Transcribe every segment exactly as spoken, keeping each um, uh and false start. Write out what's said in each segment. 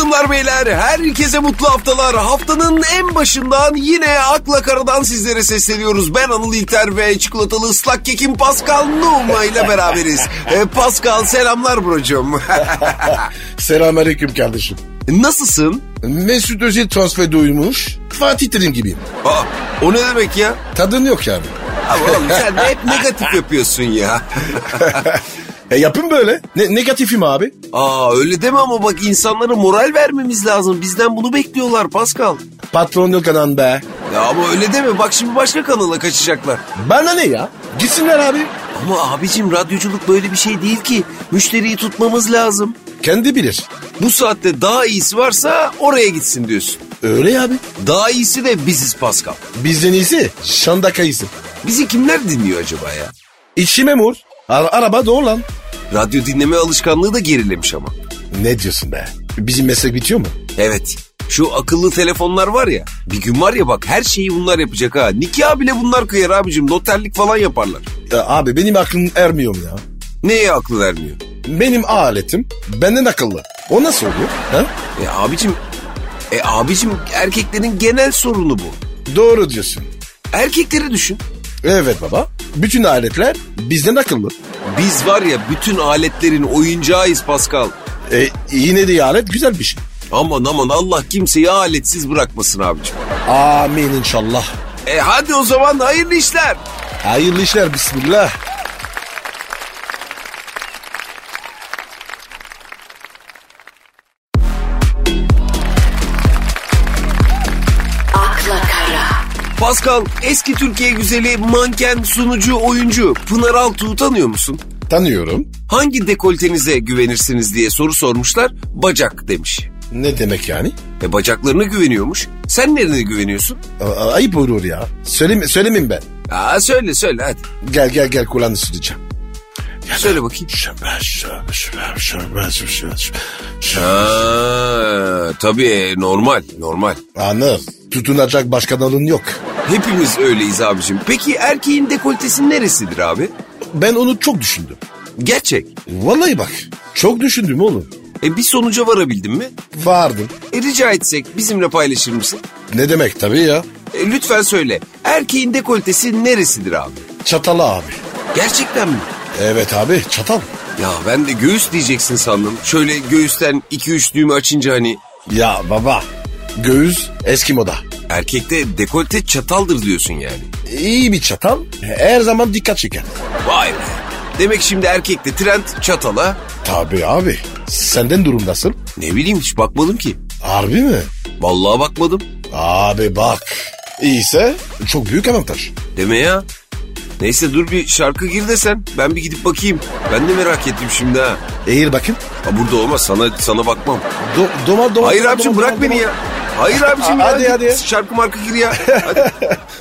Hanımlar beyler, herkese mutlu haftalar. Haftanın en başından yine Akla Karadan sizlere sesleniyoruz. Ben Anıl İlter ve çikolatalı ıslak kekim Pascal Numa ile beraberiz. e, Pascal selamlar brocum. Selamünaleyküm kardeşim. Nasılsın? Mesut Özil transfer duymuş. Fatih Terim gibi. Aa, o ne demek ya? Tadın yok abi. Ama oğlum sen de hep negatif yapıyorsun ya. E yapın böyle. Ne, negatifim abi. Aa öyle deme ama bak insanlara moral vermemiz lazım. Bizden bunu bekliyorlar Pascal. Patronluk anan be. Ya ama öyle deme, bak şimdi başka kanala kaçacaklar. Bana ne ya? Gitsinler abi. Ama abicim radyoculuk böyle bir şey değil ki. Müşteriyi tutmamız lazım. Kendi bilir. Bu saatte daha iyisi varsa oraya gitsin diyorsun. Öyle ya abi. Daha iyisi de biziz Pascal. Bizden iyisi Şanda kayısı. Bizi kimler dinliyor acaba ya? İçi memur. Ara- araba doğru lan. Radyo dinleme alışkanlığı da gerilemiş ama. Ne diyorsun be? Bizim meslek bitiyor mu? Evet. Şu akıllı telefonlar var ya. Bir gün var ya bak her şeyi bunlar yapacak ha. Nikah bile bunlar kıyar abicim. Noterlik falan yaparlar. Ya abi benim aklım ermiyor ya. Neye aklı vermiyor? Benim aletim benden akıllı. O nasıl oluyor? Ha? E abicim, e abicim erkeklerin genel sorunu bu. Doğru diyorsun. Erkekleri düşün. Evet baba. Bütün aletler bizden akıllı. Biz var ya bütün aletlerin oyuncağıyız Pascal. E, yine de alet güzel bir şey. Aman aman Allah kimseyi aletsiz bırakmasın abicim. Amin inşallah. E hadi o zaman hayırlı işler. Hayırlı işler, bismillah. Pascal, eski Türkiye güzeli, manken, sunucu, oyuncu Pınar Altuğ'u tanıyor musun? Tanıyorum. Hangi dekoltenize güvenirsiniz diye soru sormuşlar. Bacak demiş. Ne demek yani? E bacaklarına güveniyormuş. Sen nereye güveniyorsun? A- ayıp olur ya. Söyleme, söylemeyeyim ben. Aa, söyle söyle hadi. Gel gel gel kulağını süreceğim. Söyle bakayım. Ha, tabii normal normal. Anıl, tutunacak başka dalın yok. Hepimiz öyleyiz abicim. Peki erkeğin dekoltesi neresidir abi? Ben onu çok düşündüm. Gerçek. Vallahi bak, çok düşündüm oğlum. E bir sonuca varabildin mi? Vardım. E rica etsek bizimle paylaşır mısın? Ne demek tabii ya. E, lütfen söyle. Erkeğin dekoltesi neresidir abi? Çatalı abi. Gerçekten mi? Evet abi, çatal. Ya ben de göğüs diyeceksin sandım. Şöyle göğüsten iki üç düğümü açınca hani. Ya baba, göğüs eski moda. Erkekte dekolte çataldır diyorsun yani. İyi bir çatal her zaman dikkat çeker. Vay be. Demek şimdi erkekte trend çatala. Tabii abi. Senden durum nasıl? Ne bileyim hiç bakmadım ki. Harbi mi? Vallahi bakmadım. Abi bak. İyiyse çok büyük avantaj. Deme ya. Neyse dur bir şarkı gir desen. Ben bir gidip bakayım. Ben de merak ettim şimdi ha. Eğil bakın. Ha burada olmaz. Sana sana bakmam. Do, doma doma. Hayır doma, abicim doma, bırak doma, beni doma. ya. Hayır abicim ya. Hadi hadi. Şarkı markı gir ya. Hadi.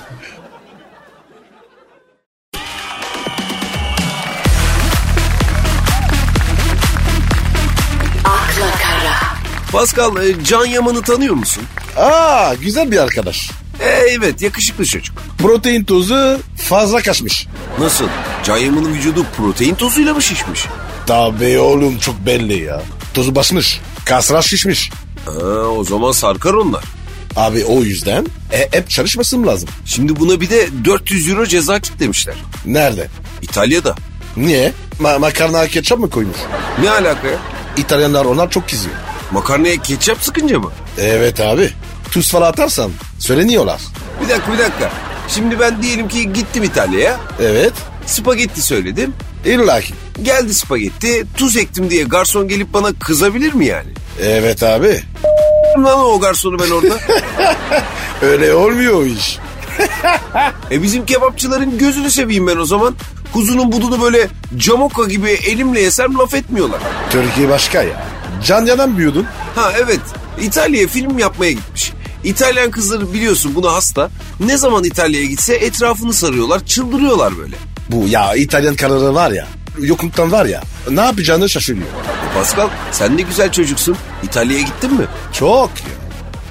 Pascal, e, Can Yaman'ı tanıyor musun? Aa, güzel bir arkadaş. E, evet yakışıklı çocuk. Protein tozu fazla kaçmış. Nasıl? Can Yaman'ın vücudu protein tozuyla mı şişmiş? Tabii oğlum, çok belli ya. Tozu basmış. Kasra şişmiş. Ha, o zaman sarkar onlar. Abi o yüzden e, hep çalışmasın lazım. Şimdi buna bir de dört yüz euro ceza kitlemişler. Nerede? İtalya'da. Niye? Ma makarna ketçap mı koymuş? Ne alaka ya? İtalyanlar onlar çok kızıyor. Makarnaya ketçap sıkınca mı? Evet abi. Tuz falan atarsan söyleniyorlar. Bir dakika bir dakika. Şimdi ben diyelim ki gittim İtalya'ya. Evet. Spagetti söyledim. İlla ki. Geldi spagetti. Tuz ektim diye garson gelip bana kızabilir mi yani? Evet abi. Lan o garsonu ben orada. Öyle olmuyor o iş. E bizim kebapçıların gözünü seveyim ben o zaman. Kuzunun budunu böyle camoka gibi elimle yesem laf etmiyorlar. Türkiye başka ya. Can yanan büyüdün. Ha evet. İtalya'ya film yapmaya gitmiş. İtalyan kızları biliyorsun buna hasta. Ne zaman İtalya'ya gitse etrafını sarıyorlar, çıldırıyorlar böyle. Bu ya İtalyan karıları var ya, yokluktan var ya, ne yapacağını şaşırıyor. E Pascal sen de güzel çocuksun. İtalya'ya gittin mi? Çok ya.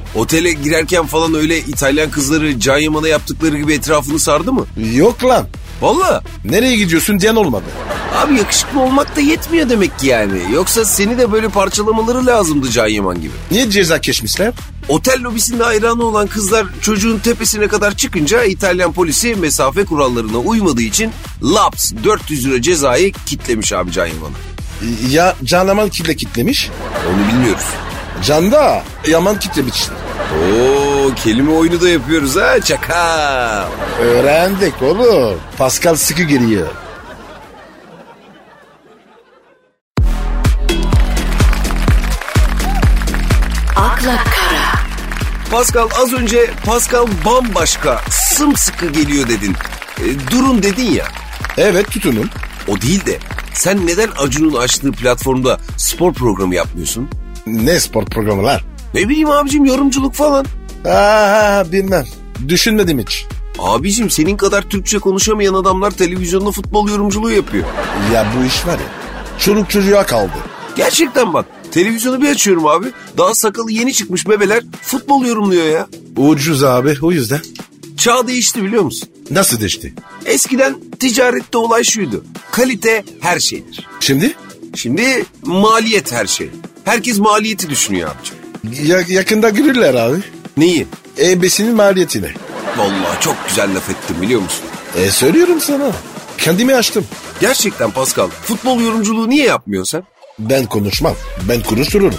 Otele girerken falan öyle İtalyan kızları Can Yaman'a yaptıkları gibi etrafını sardı mı? Yok lan. Valla. Nereye gidiyorsun diyen olmadı. Abi yakışıklı olmak da yetmiyor demek ki yani. Yoksa seni de böyle parçalamaları lazımdı Can Yaman gibi. Niye ceza kesmişler? Otel lobisinde hayranı olan kızlar çocuğun tepesine kadar çıkınca İtalyan polisi mesafe kurallarına uymadığı için laps dört yüz lira cezayı kitlemiş abi Can Yaman'a. Ya Can Yaman kitle kitlemiş? Onu bilmiyoruz. Can da Yaman kitlemiş. Oo, kelime oyunu da yapıyoruz ha çakal. Öğrendik oğlum. Pascal sıkı geliyor. Akla Kara. Pascal az önce Pascal bambaşka sımsıkı geliyor dedin. E, durun dedin ya. Evet tutunum. O değil de sen neden Acun'un açtığı platformda spor programı yapmıyorsun? Ne spor programı lan? Ne bileyim abicim yorumculuk falan. Aa, bilmem. Düşünmedim hiç. Abicim senin kadar Türkçe konuşamayan adamlar televizyonda futbol yorumculuğu yapıyor. Ya bu iş var ya. Çoluk çocuğa kaldı. Gerçekten bak. Televizyonu bir açıyorum abi. Daha sakalı yeni çıkmış bebeler futbol yorumluyor ya. Ucuz abi o yüzden. Çağ değişti biliyor musun? Nasıl değişti? Eskiden ticarette olay şuydu. Kalite her şeydir. Şimdi? Şimdi maliyet her şey. Herkes maliyeti düşünüyor abicim. Ya, yakında görürler abi. Neyi? E-besinin maliyetini. Vallahi çok güzel laf ettim biliyor musun? E söylüyorum sana. Kendimi açtım. Gerçekten Pascal. Futbol yorumculuğu niye yapmıyorsun sen? Ben konuşmam. Ben konuştururum.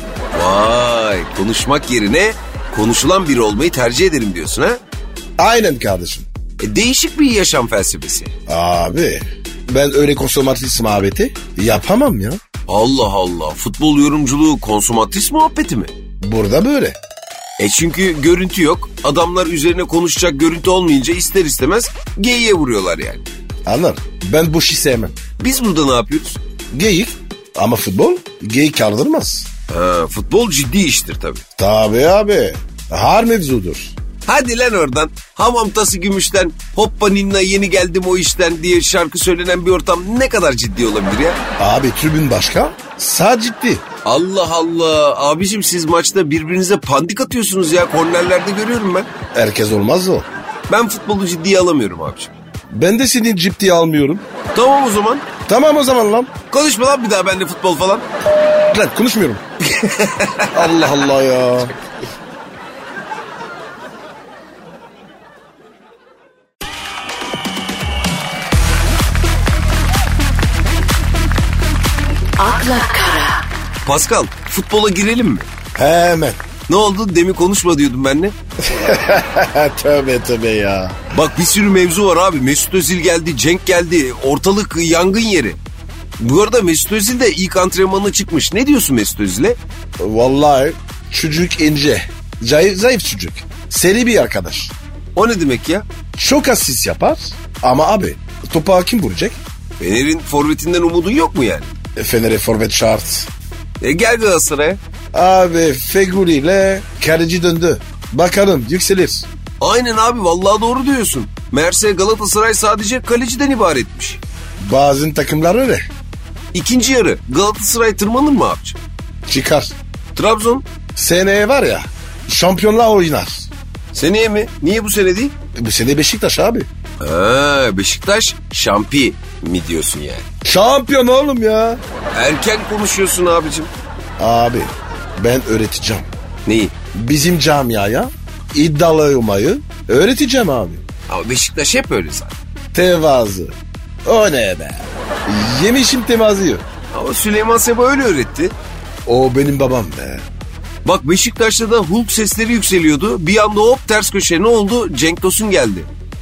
Vay, konuşmak yerine konuşulan biri olmayı tercih ederim diyorsun ha? Aynen kardeşim. E, değişik bir yaşam felsefesi. Abi ben öyle konsomatris muhabbeti yapamam ya. Allah Allah, futbol yorumculuğu konsumatris muhabbeti mi? Burada böyle. E çünkü görüntü yok. Adamlar üzerine konuşacak görüntü olmayınca ister istemez geyiğe vuruyorlar yani. Anladın? Ben bu işi sevmem. Biz burada ne yapıyoruz? Geyik ama futbol geyik kaldırmaz. Ha, futbol ciddi iştir tabii. Tabii abi. Har mevzudur. Hadi lan oradan. Hamam tası gümüşten, hoppa ninna yeni geldim o işten diye şarkı söylenen bir ortam ne kadar ciddi olabilir ya? Abi tribün başka, sağ ciddi. Allah Allah. Abicim siz maçta birbirinize pandik atıyorsunuz ya. Kornerlerde görüyorum ben. Herkes olmaz o. Ben futbolu ciddiye alamıyorum abicim. Ben de seni ciddiye almıyorum. Tamam o zaman. Tamam o zaman lan. Konuşma lan bir daha benimle futbol falan. Lan konuşmuyorum. Allah Allah ya. Akla Kara. Pascal futbola girelim mi? Hemen. Ne oldu? Demin konuşma diyordum benimle. Tövbe tövbe ya. Bak bir sürü mevzu var abi. Mesut Özil geldi, Cenk geldi. Ortalık yangın yeri. Bu arada Mesut Özil de ilk antrenmanına çıkmış. Ne diyorsun Mesut Özil'e? Vallahi çocuk ince. Zayıf, zayıf çocuk. Seri bir arkadaş. O ne demek ya? Çok asist yapar ama abi topa kim vuracak? Fener'in forvetinden umudun yok mu yani? E, Fener'e forvet şart. E gel Galatasaray'a. Abi Feguli ile kaleci döndü. Bakalım yükselir. Aynen abi vallahi doğru diyorsun. Meğerse Galatasaray sadece kaleciden ibaretmiş. Bazı takımlar öyle. İkinci yarı Galatasaray tırmanır mı abiciğim? Çıkar. Trabzon? Seneye var ya şampiyonlar oynar. Seneye mi? Niye bu sene değil? Bu sene Beşiktaş abi. Ha, Beşiktaş şampi mi diyorsun yani? Şampiyon oğlum ya. Erken konuşuyorsun abicim. Abi ben öğreteceğim. Neyi? Bizim camiaya iddialı olmayı öğreteceğim abi. Ama Beşiktaş hep öyle zaten. Tevazu. O ne be? Yemişim tevazuyu. Ama Süleyman Seba öyle öğretti. O benim babam be. Bak Beşiktaş'ta da Hulk sesleri yükseliyordu. Bir anda hop ters köşe ne oldu? Cenk Tosun geldi.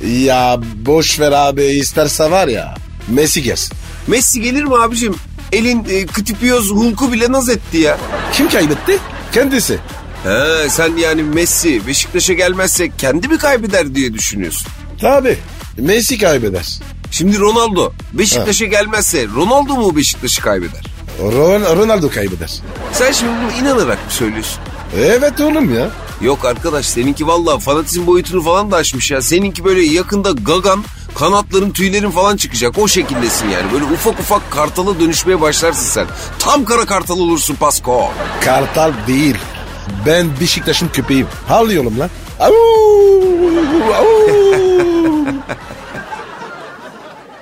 Ya boş ver abi isterse var ya Messi gelsin. Messi gelir mi abicim? Elin e, Kıtıpiyoz Hulk'u bile naz etti ya. Kim kaybetti? Kendisi. He, sen yani Messi Beşiktaş'a gelmezse kendi mi kaybeder diye düşünüyorsun. Tabii Messi kaybeder. Şimdi Ronaldo Beşiktaş'a gelmezse Ronaldo mu Beşiktaş'ı kaybeder? Ron- Ronaldo kaybeder. Sen şimdi bunu inanarak mı söylüyorsun? Evet oğlum ya. Yok arkadaş seninki vallahi fanatizm boyutunu falan da aşmış ya. Seninki böyle yakında gagan, kanatların, tüylerin falan çıkacak. O şekildesin yani. Böyle ufak ufak kartala dönüşmeye başlarsın sen. Tam kara kartal olursun Pasko. Kartal değil. Ben Beşiktaş'ın köpeğim. Havlıyorum lan. Au, au.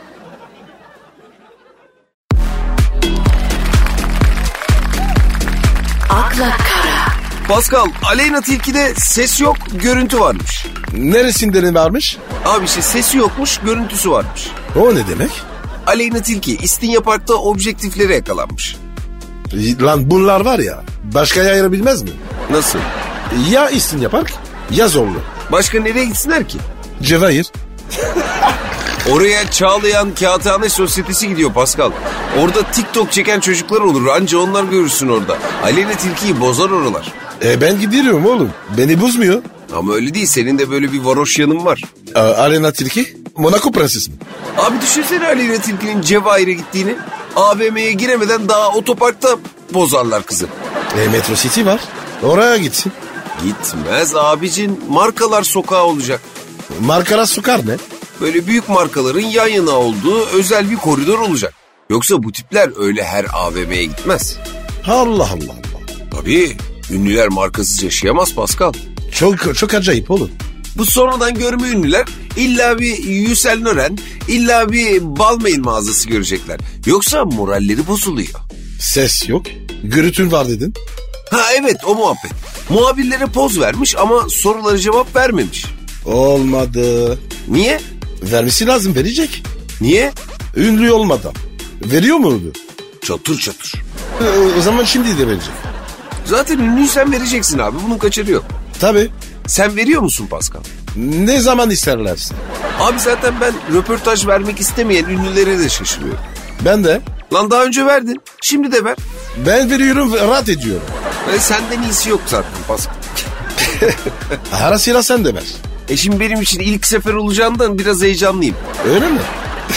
Pascal, Aleyna Tilki'de ses yok, görüntü varmış. Neresinden varmış? Abi işte sesi yokmuş, görüntüsü varmış. O ne demek? Aleyna Tilki İstinye Park'ta objektiflere yakalanmış. Lan bunlar var ya, başkaya ayırabilmez mi? Nasıl? Ya İstinye Park ya Zorlu. Başka nereye gitsinler ki? Cevahir. Oraya Çağlayan Kağıthane Sosyetesi gidiyor Pascal. Orada TikTok çeken çocuklar olur. Anca onlar görürsün orada. Aleyna Tilki'yi bozar oralar. E ben gidiyorum oğlum. Beni bozmuyor. Ama öyle değil. Senin de böyle bir varoş yanın var. A- Aleyna Tilki Monaco prenses mi? Abi düşünsene Aleyna Tilki'nin Cevahir'e gittiğini. A V M'ye giremeden daha otoparkta bozarlar kızı. E Metro City var. Oraya gitsin. Gitmez abicin. Markalar sokağı olacak. Markara sokar ne? Böyle büyük markaların yan yana olduğu özel bir koridor olacak. Yoksa bu tipler öyle her A V M'ye gitmez. Allah Allah Allah. Tabii ünlüler markasız yaşayamaz Pascal. Çok çok acayip oğlum. Bu sonradan görme ünlüler illa bir Yüsel Nören, illa bir Balmain mağazası görecekler. Yoksa moralleri bozuluyor. Ses yok. Gürültün var dedin. Ha evet, o muhabbet. Muhabirlere poz vermiş ama sorulara cevap vermemiş. Olmadı. Niye? Vermesi lazım, verecek. Niye? Ünlü olmadan. Veriyor muydu? Çatır çatır. E, o zaman şimdi de verecek. Zaten ünlüysen vereceksin abi, bunun kaçarı yok. Tabii. Sen veriyor musun Pascal? Ne zaman isterlerse. Abi zaten ben röportaj vermek istemeyen ünlülere de şaşırıyorum. Ben de. Lan daha önce verdin, şimdi de ver. Ben veriyorum ve rahat ediyorum. E senden iyisi yok zaten Pascal. Ara sıra sen de ver. E şimdi benim için ilk sefer olacağından biraz heyecanlıyım. Öyle mi?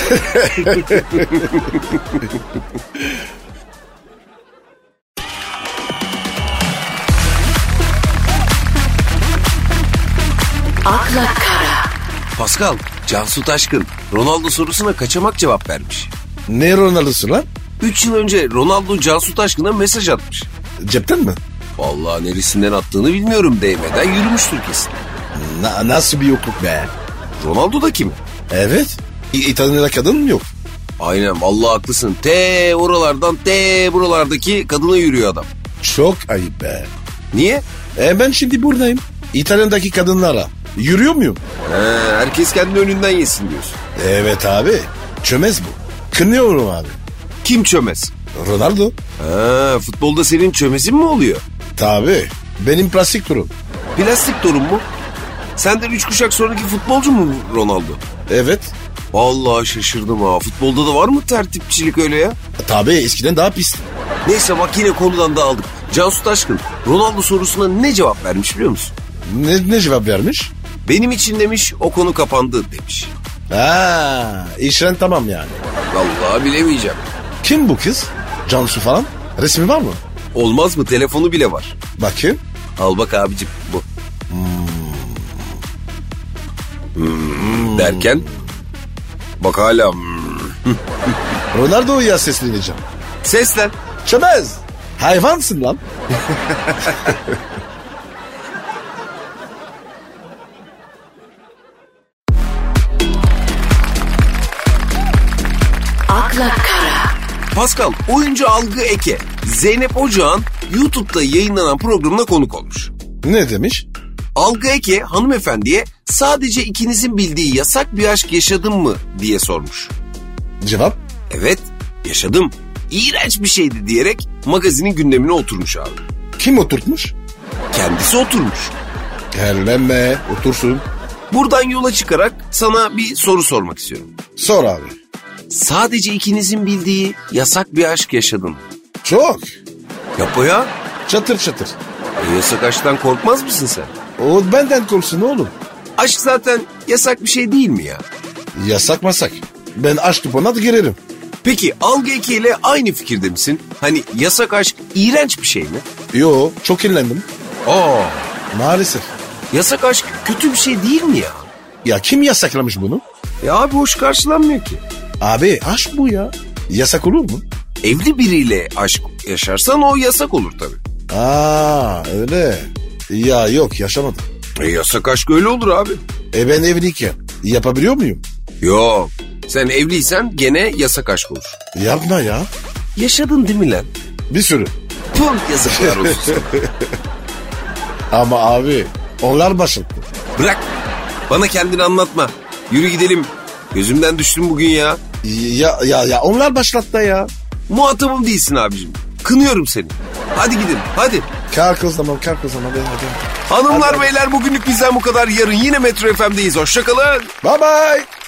akla kara, Pascal, Cansu Taşkın Ronaldo sorusuna kaçamak cevap vermiş. Ne Ronaldo'su lan? Üç yıl önce Ronaldo Cansu Taşkın'a mesaj atmış. Cepten mi? Vallahi neresinden attığını bilmiyorum, değmeden yürümüştür kesin. Na- nasıl bir yokluk be? Ronaldo da kim? Evet. İ- İtalya'da kadın mı yok? Aynen, vallahi haklısın. T oralardan T buralardaki kadına yürüyor adam. Çok ayıp be. Niye? E ben şimdi buradayım. İtalya'daki kadınlara yürüyor muyum? He, herkes kendi önünden yesin diyorsun. Evet abi. Çömez bu. Kınıyorum abi. Kim çömez? Ronaldo. Ha, futbolda senin çömezin mi oluyor? Tabii. Benim plastik turum. Plastik torun mu? Senden üç kuşak sonraki futbolcu mu Ronaldo? Evet. Vallahi şaşırdım ha. Futbolda da var mı tertipçilik öyle ya? Tabii eskiden daha pis. Neyse bak, yine konudan dağıldık. Cansu Taşkın Ronaldo sorusuna ne cevap vermiş biliyor musun? Ne, ne cevap vermiş? Benim için demiş, o konu kapandı demiş. Ha, işren tamam yani. Vallahi bilemeyeceğim. Kim bu kız? Cansu falan? Resmi var mı? Olmaz mı? Telefonu bile var. Bakayım. Al bak abicim, bu. Hmm, derken bak hala hmm. Ronaldo'ya sesleneceğim. Seslen. Çömez. Hayvansın lan. akla kara, Pascal, oyuncu Algı Eke Zeynep Ocak'ın YouTube'da yayınlanan programına konuk olmuş. Ne demiş? Algı Eke hanımefendiye sadece ikinizin bildiği yasak bir aşk yaşadın mı diye sormuş. Cevap? Evet, yaşadım. İğrenç bir şeydi diyerek magazinin gündemine oturmuş abi. Kim oturtmuş? Kendisi oturmuş. Herlenme, otursun. Buradan yola çıkarak sana bir soru sormak istiyorum. Sor abi. Sadece ikinizin bildiği yasak bir aşk yaşadın. Çok. Yapma ya. Çatır çatır. E, yasak aşktan korkmaz mısın sen? O benden korksun oğlum. Aşk zaten yasak bir şey değil mi ya? Yasak masak. Ben aşk tupona da girerim. Peki Algı Eke ile aynı fikirde misin? Hani yasak aşk iğrenç bir şey mi? Yo, çok kirlendim. Aa, Maalesef. yasak aşk kötü bir şey değil mi ya? Ya kim yasaklamış bunu? Ya abi hoş karşılanmıyor ki. Abi aşk bu ya. Yasak olur mu? Evli biriyle aşk yaşarsan o yasak olur tabii. Aa öyle. Ya yok yaşamadım. E, yasak aşk öyle olur abi. E ben evliyken yapabiliyor muyum? Yok. Sen evliysen gene yasak aşk olur. Yapma ya. Yaşadın değil mi lan? Bir sürü. Pum, yazıklar olsun sana. Ama abi onlar başlattı. Bırak. Bana kendini anlatma. Yürü gidelim. Gözümden düştün bugün ya. Ya ya ya onlar başlattı ya. Muhatabım değilsin abicim. Kınıyorum seni. Hadi gidelim hadi. Kalk o zaman kalk o zaman. Hadi, hadi. Hanımlar Hadi. beyler bugünlük bizden bu kadar. Yarın yine Metro F M'deyiz. Hoşçakalın. Bye bye.